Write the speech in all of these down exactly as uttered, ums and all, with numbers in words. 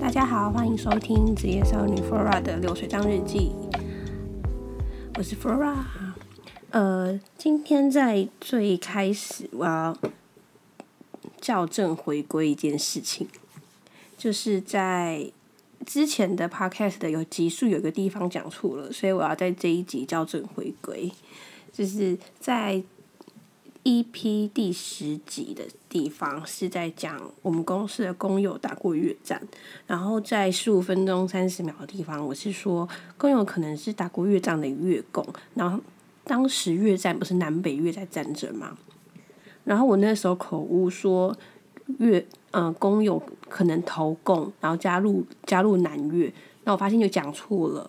大家好，欢迎收听职业少女 Flora 的流水账日记，我是 Flora。呃，今天在最开始我要校正回归一件事情，就是在之前的 podcast 的有集数有一个地方讲错了，所以我要在这一集校正回归，就是在E P 第十集的地方是在讲我们公司的工友打过越战，然后在十五分钟三十秒的地方，我是说工友可能是打过越战的越共，然后当时越战不是南北越在战争吗？然后我那时候口误说越呃工友可能投共，然后加入加入南越，那我发现就讲错了。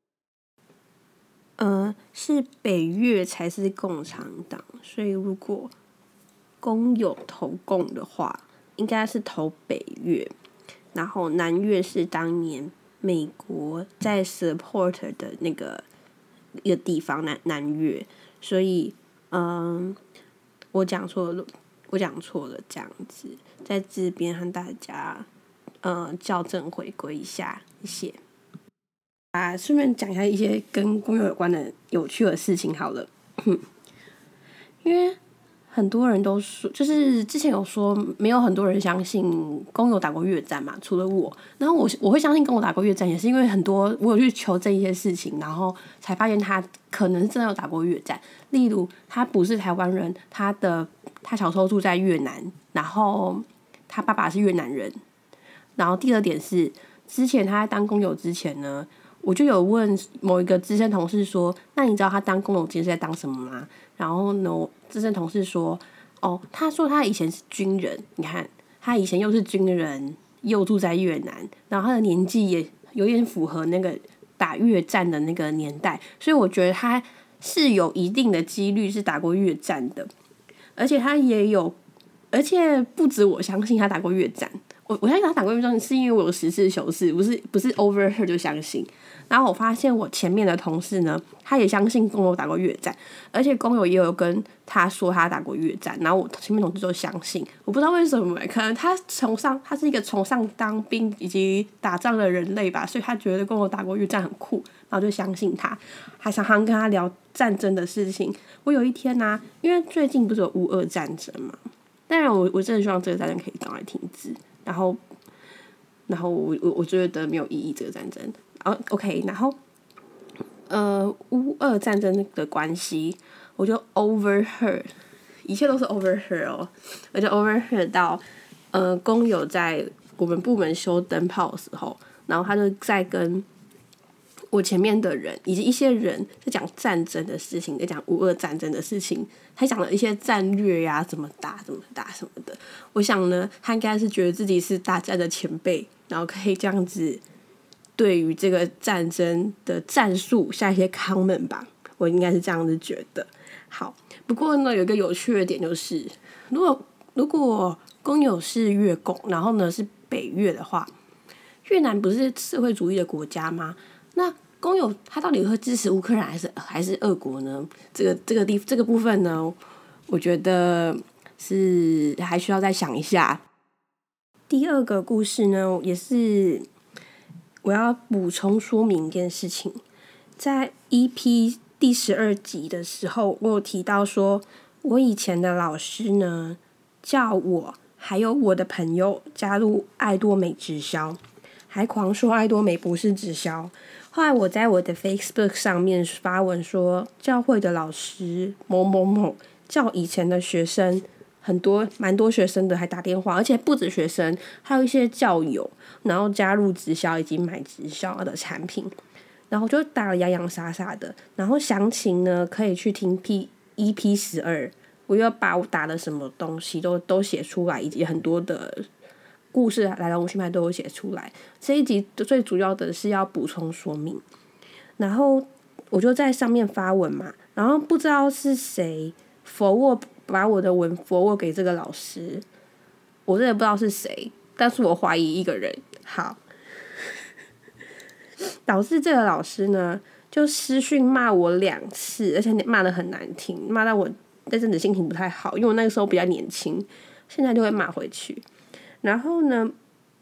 呃，是北越才是共产党，所以如果工友投共的话，应该是投北越，然后南越是当年美国在 support 的那个一个地方南南越，所以嗯，我讲错了，我讲错了，这样子在这边和大家呃校正回归一下，谢谢。啊，顺便讲一下一些跟工友有关的有趣的事情好了，因为很多人都说，就是之前有说没有很多人相信工友打过越战嘛，除了我。然后我我会相信工友打过越战，也是因为很多我有去求证一些事情，然后才发现他可能真的有打过越战。例如他不是台湾人，他的他小时候住在越南，然后他爸爸是越南人。然后第二点是，之前他在当工友之前呢，我就有问某一个资深同事说，那你知道他当工友之前是在当什么吗？然后呢，资深同事说，哦，他说他以前是军人，你看他以前又是军人，又住在越南，然后他的年纪也有点符合那个打越战的那个年代，所以我觉得他是有一定的几率是打过越战的，而且他也有，而且不止我相信他打过越战。我我相信他打过越战是因为我有实事求是，不是不是 overheard 就相信。然后我发现我前面的同事呢，他也相信工友打过越战，而且工友也有跟他说他打过越战，然后我前面同事都相信。我不知道为什么、欸，可能他崇尚他是一个崇尚当兵以及打仗的人类吧，所以他觉得工友打过越战很酷，然后就相信他，还常常跟他聊战争的事情。我有一天呢、啊，因为最近不是有乌俄战争嘛，当然我我真的希望这个战争可以赶快停止。然后，然后我我我觉得没有意义这个战争。哦 ，OK， 然后，呃，乌俄战争的关系，我就 overheard， 一切都是 overheard 哦，我就 overheard 到，呃，工友在我们部门修灯泡的时候，然后他就在跟我前面的人以及一些人在讲战争的事情，在讲乌俄战争的事情，他讲了一些战略呀、啊，怎么打、怎么打什么的。我想呢，他应该是觉得自己是大战的前辈，然后可以这样子对于这个战争的战术下一些 comment 吧。我应该是这样子觉得。好，不过呢，有一个有趣的点就是，如果如果工友是越共，然后呢是北越的话，越南不是社会主义的国家吗？那工友他到底会支持乌克兰还是还是俄国呢？这个这个地这个部分呢，我觉得是还需要再想一下。第二个故事呢，也是我要补充说明一件事情，在 E P 第十二集的时候，我有提到说，我以前的老师呢，叫我还有我的朋友加入爱多美直销，还狂说爱多美不是直销。后来我在我的 Facebook 上面发文说，教会的老师某某某叫以前的学生，很多蛮多学生的还打电话，而且不止学生，还有一些教友，然后加入直销以及买直销的产品，然后就打了洋洋洒洒的，然后详情呢可以去听 P E P 十二，我要把我打的什么东西都都写出来，以及很多的故事来龙去脉都有写出来。这一集最主要的是要补充说明，然后我就在上面发文嘛，然后不知道是谁 forward 把我的文 forward 给这个老师，我真的不知道是谁，但是我怀疑一个人。好，导致这个老师呢就私讯骂我两次，而且骂得很难听，骂到我那阵子心情不太好，因为我那个时候比较年轻，现在就会骂回去。然后呢，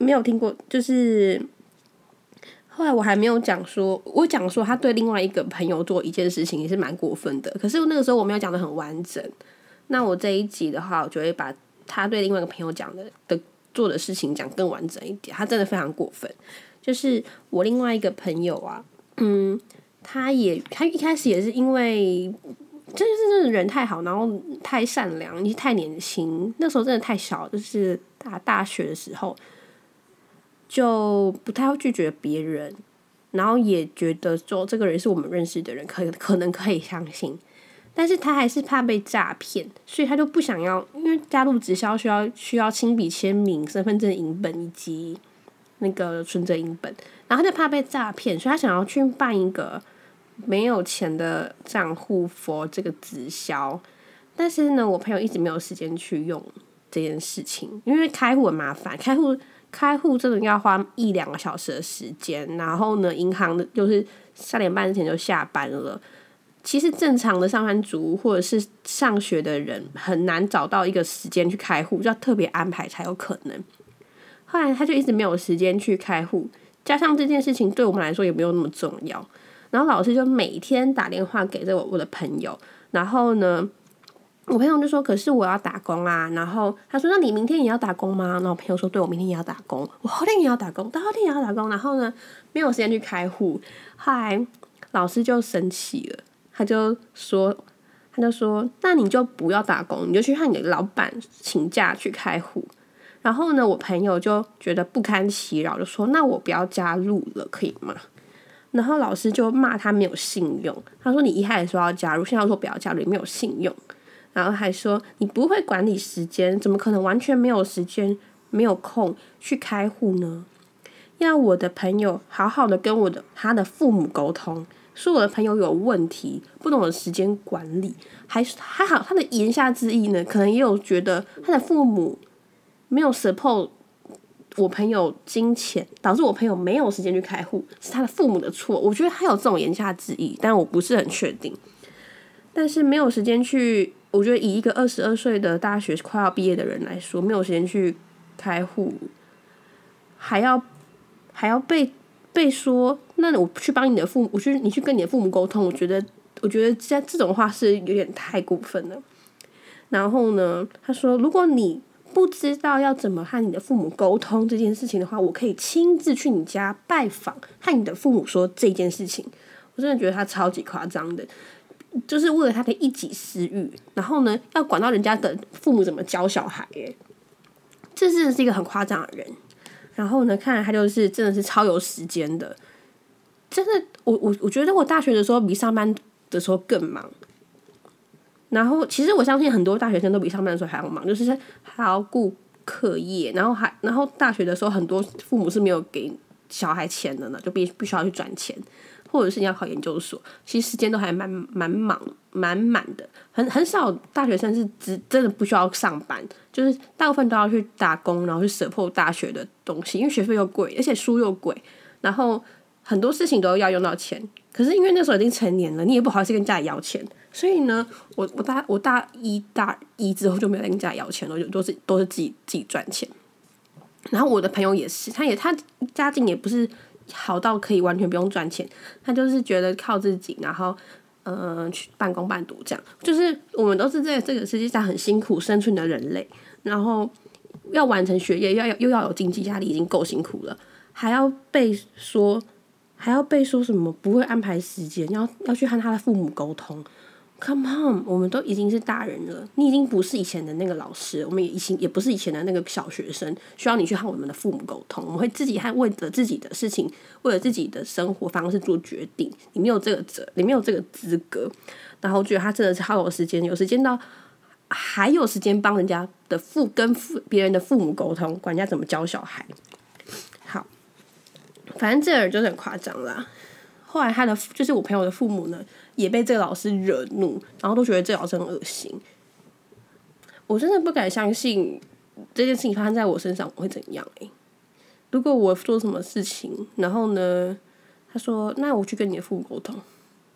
没有听过，就是后来我还没有讲说，我讲说他对另外一个朋友做一件事情也是蛮过分的，可是那个时候我没有讲得很完整。那我这一集的话，我就会把他对另外一个朋友讲的的做的事情讲更完整一点。他真的非常过分，就是我另外一个朋友啊，嗯，他也他一开始也是因为。就是真的人太好，然后太善良，你太年轻，那时候真的太小，就是大大学的时候，就不太会拒绝别人，然后也觉得说这个人是我们认识的人，可可能可以相信，但是他还是怕被诈骗，所以他就不想要，因为加入直销需要需要亲笔签名、身份证影本以及那个存折影本，然后他就怕被诈骗，所以他想要去办一个。没有钱的账户 for 这个直销，但是呢，我朋友一直没有时间去用这件事情，因为开户很麻烦，开户开户真的要花一两个小时的时间，然后呢，银行的就是三点半之前就下班了。其实正常的上班族或者是上学的人很难找到一个时间去开户，就要特别安排才有可能。后来他就一直没有时间去开户，加上这件事情对我们来说也没有那么重要。然后老师就每天打电话给着我我的朋友，然后呢，我朋友就说：“可是我要打工啊。”然后他说：“那你明天也要打工吗？”然后我朋友说：“对，我明天也要打工，我后天也要打工，到后天也要打工。”然后呢，没有时间去开户。后来老师就生气了，他就说：“他就说，那你就不要打工，你就去和你的老板请假去开户。”然后呢，我朋友就觉得不堪其扰，就说：“那我不要加入了，可以吗？”然后老师就骂他没有信用，他说你一开始说要加入，现在说不要加入，你没有信用，然后还说你不会管理时间，怎么可能完全没有时间、没有空去开户呢？要我的朋友好好的跟我的他的父母沟通，说我的朋友有问题，不懂得时间管理，还还好他的言下之意呢，可能也有觉得他的父母没有 support。我朋友金钱导致我朋友没有时间去开户，是他的父母的错。我觉得他有这种言下之意，但我不是很确定。但是没有时间去，我觉得以一个二十二岁的大学快要毕业的人来说，没有时间去开户，还要还要被被说，那我去帮你的父母，我去你去跟你的父母沟通，我觉得我觉得这这种话是有点太过分了。然后呢，他说，如果你不知道要怎么和你的父母沟通这件事情的话，我可以亲自去你家拜访，和你的父母说这件事情。我真的觉得他超级夸张的，就是为了他的一己私欲，然后呢，要管到人家的父母怎么教小孩，耶，这真的是一个很夸张的人。然后呢，看来他就是真的是超有时间的，真的，我我我觉得我大学的时候比上班的时候更忙。然后，其实我相信很多大学生都比上班的时候还要忙，就是还要顾课业，然后还然后大学的时候，很多父母是没有给小孩钱的呢，就必必须要去赚钱，或者是你要考研究所，其实时间都还蛮蛮忙蛮满的，很很少大学生是只真的不需要上班，就是大部分都要去打工，然后去 support 大学的东西，因为学费又贵，而且书又贵，然后很多事情都要用到钱。可是因为那时候已经成年了，你也不好意思跟家里要钱，所以呢，我我大我大一大一之后就没有跟家里要钱了，就都是都是自己自己赚钱。然后我的朋友也是，他也他家境也不是好到可以完全不用赚钱，他就是觉得靠自己，然后呃去半工半读这样。就是我们都是在这个世界上很辛苦生存的人类，然后要完成学业，要又要有经济压力，已经够辛苦了，还要被说。还要被说什么不会安排时间，要要去和他的父母沟通。Come on， 我们都已经是大人了，你已经不是以前的那个老师，我们也已经也不是以前的那个小学生，需要你去和我们的父母沟通。我们会自己和为了自己的事情，为了自己的生活方式做决定。你没有这个责，你没有这个资格。然后我觉得他真的是好有时间，有时间到还有时间帮人家的父跟父别人的父母沟通，管人家怎么教小孩。好。反正这人就是很夸张啦。后来他的就是我朋友的父母呢，也被这个老师惹怒，然后都觉得这个老师很恶心。我真的不敢相信这件事情发生在我身上我会怎样欸。如果我做什么事情，然后呢，他说那我去跟你的父母沟通，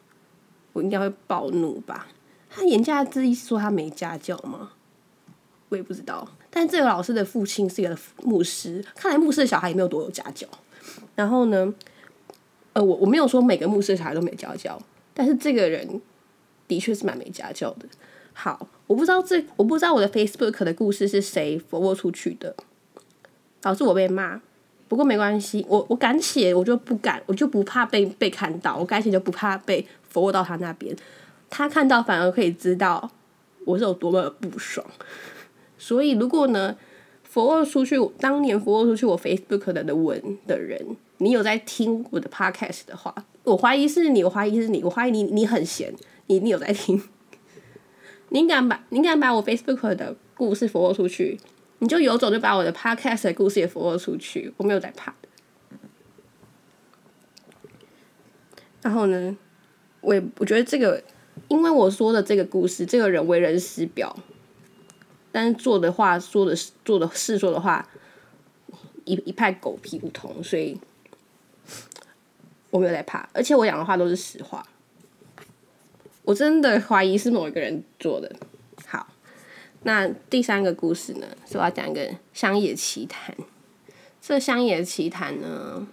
我应该会暴怒吧。他言下之意是说他没家教吗？ 我也不知道。但这个老师的父亲是一个牧师，看来牧师的小孩也没有多有家教。然后呢，呃，我我没有说每个牧师的小孩都没有家教，但是这个人的确是蛮没家教的。好，我不知道这我不知道我的 Facebook 的故事是谁 forward 出去的，导致我被骂。不过没关系，我我敢写，我就不敢，我就不怕被被看到，我敢写就不怕被 forward 到他那边，他看到反而可以知道我是有多么的不爽。所以如果呢 forward 出去，当年 forward 出去我 Facebook 的文的人，你有在听我的 podcast 的话，我怀疑是你，我怀疑是你，我怀疑你你很闲，你你有在听，你敢把你敢把我 Facebook 的故事 forward 出去？你就有种就把我的 podcast 的故事也 forward 出去，我没有在怕的。然后呢，我也我觉得这个，因为我说的这个故事，这个人为人师表，但是做的话、说的做的事、说的话，一一派狗屁不通，所以我没有在怕，而且我讲的话都是实话。我真的怀疑是某一个人做的。好。那第三个故事呢，是我要讲一个乡野奇谈。这乡野奇谈呢，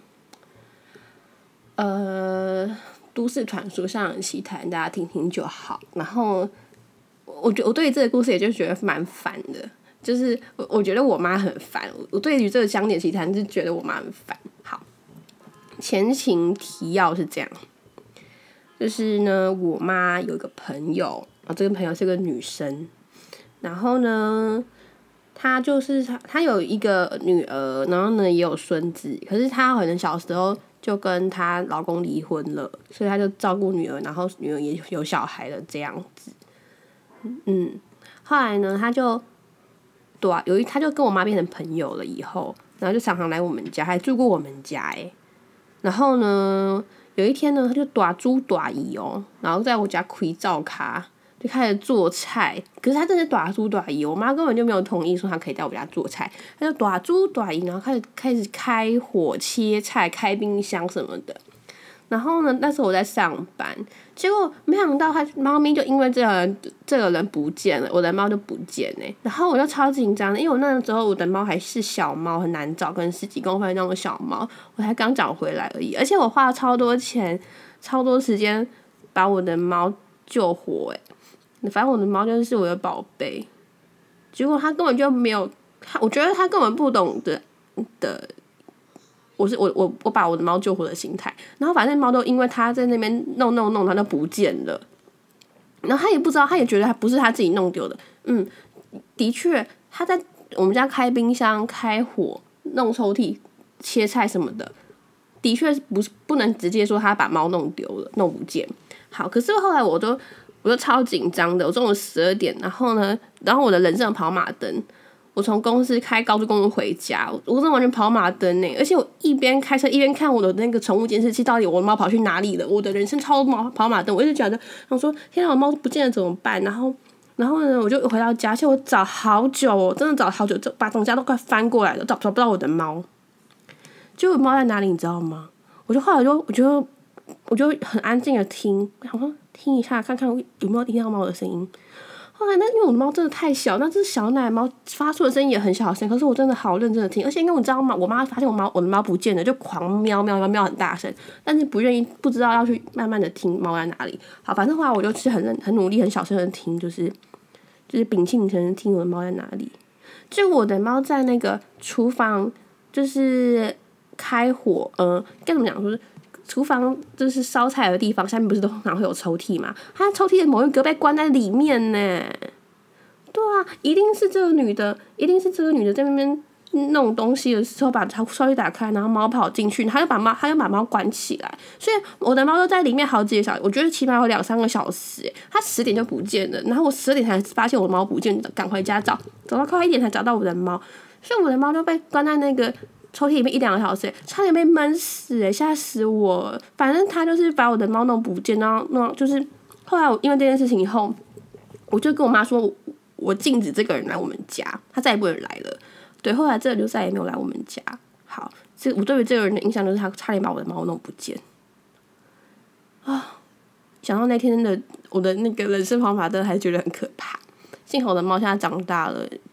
呃，都市传说乡野奇谈，大家听听就好。然后，我觉我对于这个故事也就觉得蛮烦的，就是我我觉得我妈很烦。我对于这个乡野奇谈是觉得我妈很烦。好，前情提要是这样，就是呢，我妈有一个朋友，啊，这个朋友是个女生。然后呢，她就是她，她有一个女儿，然后呢也有孙子。可是她可能小时候就跟她老公离婚了，所以她就照顾女儿，然后女儿也有小孩了这样子。嗯，后来呢，她就对啊，有一她就跟我妈变成朋友了以后，然后就常常来我们家，还住过我们家哎。然后呢，有一天呢，她就大猪大姨哦，然后在我家开灶咖。就开始做菜，可是他真的是大猪大姨，我妈根本就没有同意说他可以在我家做菜，他就大猪大姨，然后开始开始开火切菜、开冰箱什么的。然后呢，那时候我在上班，结果没想到他猫咪就因为这个人这个人不见了，我的猫就不见哎、欸，然后我就超紧张的，因为我那时候我的猫还是小猫，很难找，跟十几公分那种小猫，我才刚找回来而已，而且我花了超多钱、超多时间把我的猫救活哎、欸。反正我的猫就是我的宝贝，结果他根本就没有，他我觉得他根本不懂的的，我是我我我把我的猫救活的心态，然后反正猫都因为他在那边弄弄弄，它就不见了，然后他也不知道，他也觉得他不是他自己弄丢的，嗯，的确他在我们家开冰箱、开火、弄抽屉、切菜什么的，的确不是不能直接说他把猫弄丢了、弄不见。好，可是后来我都。我就超紧张的，我中午十二点，然后呢，然后我的人生的跑马灯，我从公司开高速公路回家，我真的完全跑马灯呢，而且我一边开车一边看我的那个宠物监视器，到底我的猫跑去哪里了？我的人生超跑跑马灯，我一直觉得，想说天啊，我猫不见了怎么办？然后，然后呢，我就回到家，而且我找好久哦，真的找好久，就把整家都快翻过来了，找找不到我的猫。结果猫在哪里，你知道吗？我就后来就我就我就很安静的听，我想说。听一下，看看有没有听到猫的声音。后来那因为我的猫真的太小，那只小奶猫发出的声音也很小声，可是我真的好认真的听，而且因为你知道吗？我妈发现我猫我的猫不见了，就狂喵喵喵喵很大声，但是不愿意不知道要去慢慢的听猫在哪里。好，反正后来我就是很认很努力很小声的听，就是就是屏气凝神听我的猫在哪里。就我的猫在那个厨房，就是开火，呃，该怎么讲说是。厨房就是烧菜的地方，下面不是都通常会有抽屉嘛？它抽屉的某一格被关在里面呢。对啊，一定是这个女的，一定是这个女的在那边弄东西的时候把抽屉打开，然后猫跑进去，她就把猫，她就把猫关起来。所以我的猫就在里面好几个小时，我觉得起码有两三个小时。它十点就不见了，然后我十点才发现我的猫不见，赶回家找，找到快一点才找到我的猫。所以我的猫就被关在那个。抽屉里面一两个小时，差点被闷死哎，吓死我！反正他就是把我的猫弄不见，然后弄就是后来我因为这件事情以后，我就跟我妈说我，我禁止这个人来我们家，他再也不能来了。对，后来这个人就再也没有来我们家。好，这我对于这个人的印象就是他差点把我的猫弄不见啊！想到那天的我的那个人生跑马灯，还是觉得很可怕。幸好我的猫现在长大了，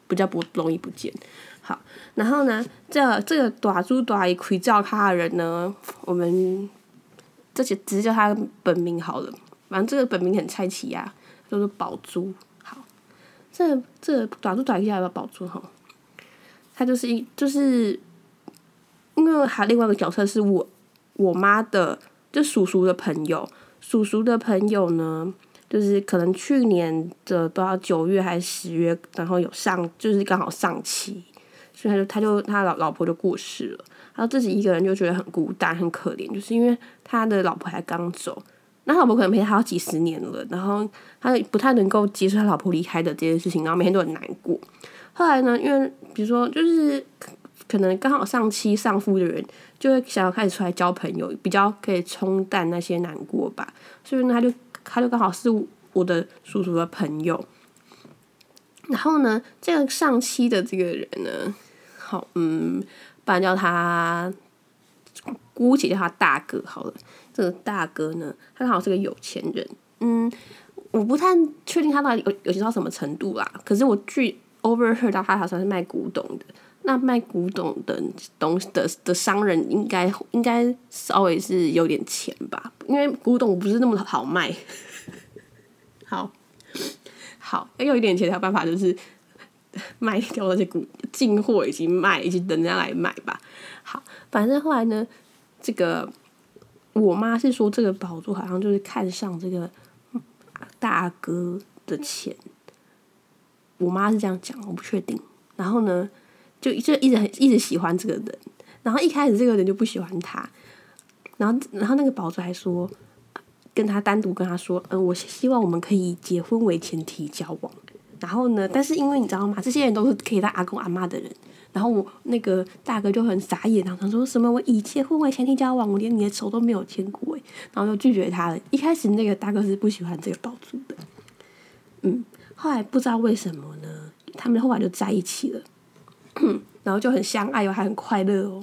比较不容易不见。好，然后呢，这这个大猪大姨开照他的人呢，我们这些直接叫他本名好了，反正这个本名很菜奇啊，叫做宝珠。好，这个、这个大猪大姨叫宝珠哈，他就是一就是因为还有另外一个角色是我我妈的，就叔叔的朋友，叔叔的朋友呢。就是可能去年的不知道九月还是十月，然后有上就是刚好上期，所以他就他就他老老婆就过世了，然后自己一个人就觉得很孤单很可怜，就是因为他的老婆还刚走，那老婆可能陪他好几十年了，然后他不太能够接受他老婆离开的这件事情，然后每天都很难过。后来呢，因为比如说就是可能刚好上妻丧夫的人，就会想要开始出来交朋友，比较可以冲淡那些难过吧，所以呢他就。他就刚好是我的叔叔的朋友，然后呢，这个上期的这个人呢，好，嗯，不然叫他，姑且叫他大哥好了。这个大哥呢，他刚好是个有钱人，嗯，我不太确定他到底有有钱到什么程度啦。可是我据 overheard 到他好像是卖古董的，那卖古董的东的的商人应该应该稍微是有点钱吧，因为古董不是那么好卖。好，好，要有一点钱才有办法，就是卖掉那些古进货以及卖，以及等人家来买吧。好，反正后来呢，这个我妈是说这个宝珠好像就是看上这个大哥的钱，我妈是这样讲，我不确定。然后呢，就就一直很一直喜欢这个人，然后一开始这个人就不喜欢他，然后然后那个宝珠还说。跟他单独跟他说，嗯，我希望我们可以以结婚为前提交往。然后呢，但是因为你知道吗，这些人都是可以当阿公阿嬷的人。然后我那个大哥就很傻眼，然后他说什么我以结婚为前提交往，我连你的手都没有牵过哎，然后就拒绝他了。一开始那个大哥是不喜欢这个宝珠的，嗯，后来不知道为什么呢，他们后来就在一起了，然后就很相爱哦，还很快乐哦。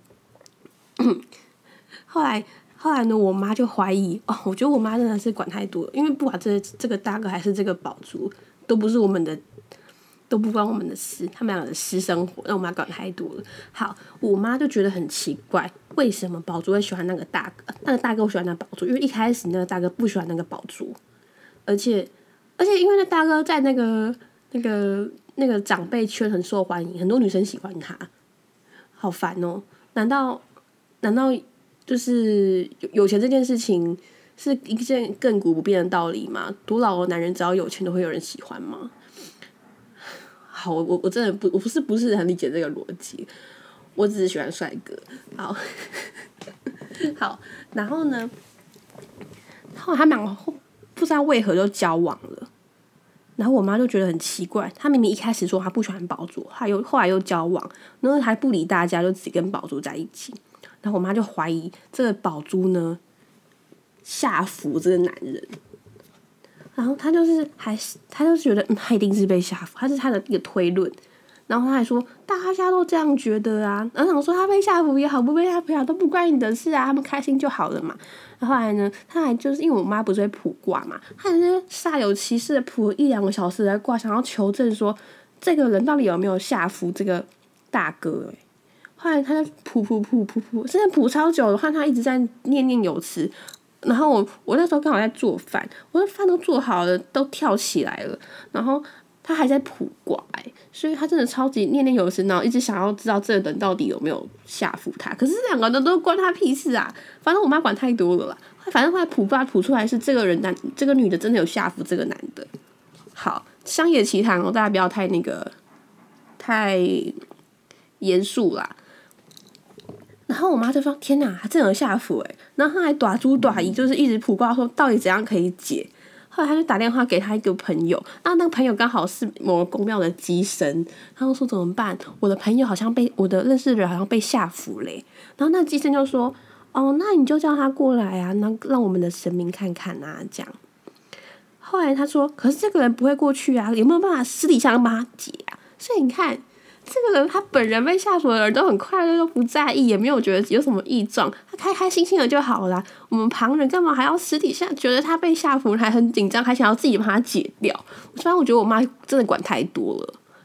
后来。后来呢，我妈就怀疑哦，我觉得我妈真的是管太多了，因为不管这这个大哥还是这个宝珠，都不是我们的，都不关我们的事，他们两个的私生活，让我妈管太多了。好，我妈就觉得很奇怪，为什么宝珠会喜欢那个大哥？那个大哥我喜欢那个宝珠，因为一开始那个大哥不喜欢那个宝珠，而且而且因为那大哥在那个那个那个长辈圈很受欢迎，很多女生喜欢他，好烦哦！难道难道？就是有钱这件事情是一件亘古不变的道理吗？多老的男人只要有钱都会有人喜欢吗？好，我我真的不我不是不是很理解这个逻辑，我只是喜欢帅哥。好，好，然后呢，后来他们两个不知道为何就交往了，然后我妈就觉得很奇怪，她明明一开始说她不喜欢宝珠，她又后来又交往，然后还不理大家，就只跟宝珠在一起。然后我妈就怀疑这个宝珠呢下服这个男人，然后她就是还是她就觉得、嗯、她一定是被下服，她是她的一个推论。然后她还说大家都这样觉得啊，然后想说她被下服也好，不被下服也好，都不关你的事啊，他们开心就好了嘛。然后后来呢，她还就是因为我妈不是会卜卦嘛，她还是煞有其事的卜了一两个小时的卦，想要求证说这个人到底有没有下服这个大哥、欸。后来他就噗噗噗噗噗，真的噗超久的，看他一直在念念有词。然后我我那时候刚好在做饭，我的饭都做好了，都跳起来了，然后他还在卜卦、欸，所以他真的超级念念有词，然后一直想要知道这个人到底有没有下服他。可是这两个人都关他屁事啊！反正我妈管太多了啦。反正后来卜卦卜出来是这个人男，这个女的真的有下服这个男的。好，乡野奇谈哦，大家不要太那个太严肃啦。然后我妈就说：“天哪，他真的有下服哎！”然后她还短猪短姨，就是一直卜卦说到底怎样可以解。后来她就打电话给她一个朋友，那那个朋友刚好是某个宫庙的乩身，他就说怎么办？我的朋友好像被我的认识的人好像被下服嘞。然后那乩身就说：“哦，那你就叫他过来啊，那让我们的神明看看啊，这样。”后来他说：“可是这个人不会过去啊，有没有办法私底下帮他解啊？”所以你看。这个人他本人被下属的人都很快乐，都不在意，也没有觉得有什么异状，他开开心心的就好啦。我们旁人干嘛还要私底下觉得他被下服，还很紧张，还想要自己帮他解掉？虽然我觉得我妈真的管太多了，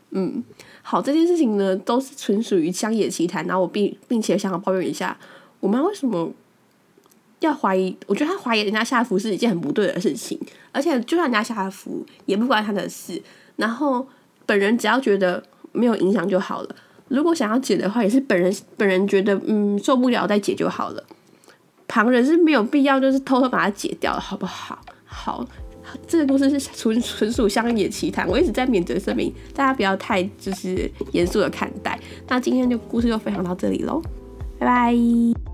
嗯，好，这件事情呢都是纯属于乡野奇谈，然后我并并且想要抱怨一下，我妈为什么要怀疑？我觉得她怀疑人家下符是一件很不对的事情，而且就算人家下符也不关她的事，然后本人只要觉得没有影响就好了。如果想要解的话，也是本人本人觉得嗯受不了再解就好了，旁人是没有必要就是偷偷把它解掉的，好不好？好。这个故事是纯纯属乡野奇谈，我一直在免责声明，大家不要太就是严肃的看待。那今天的故事就分享到这里喽，拜拜。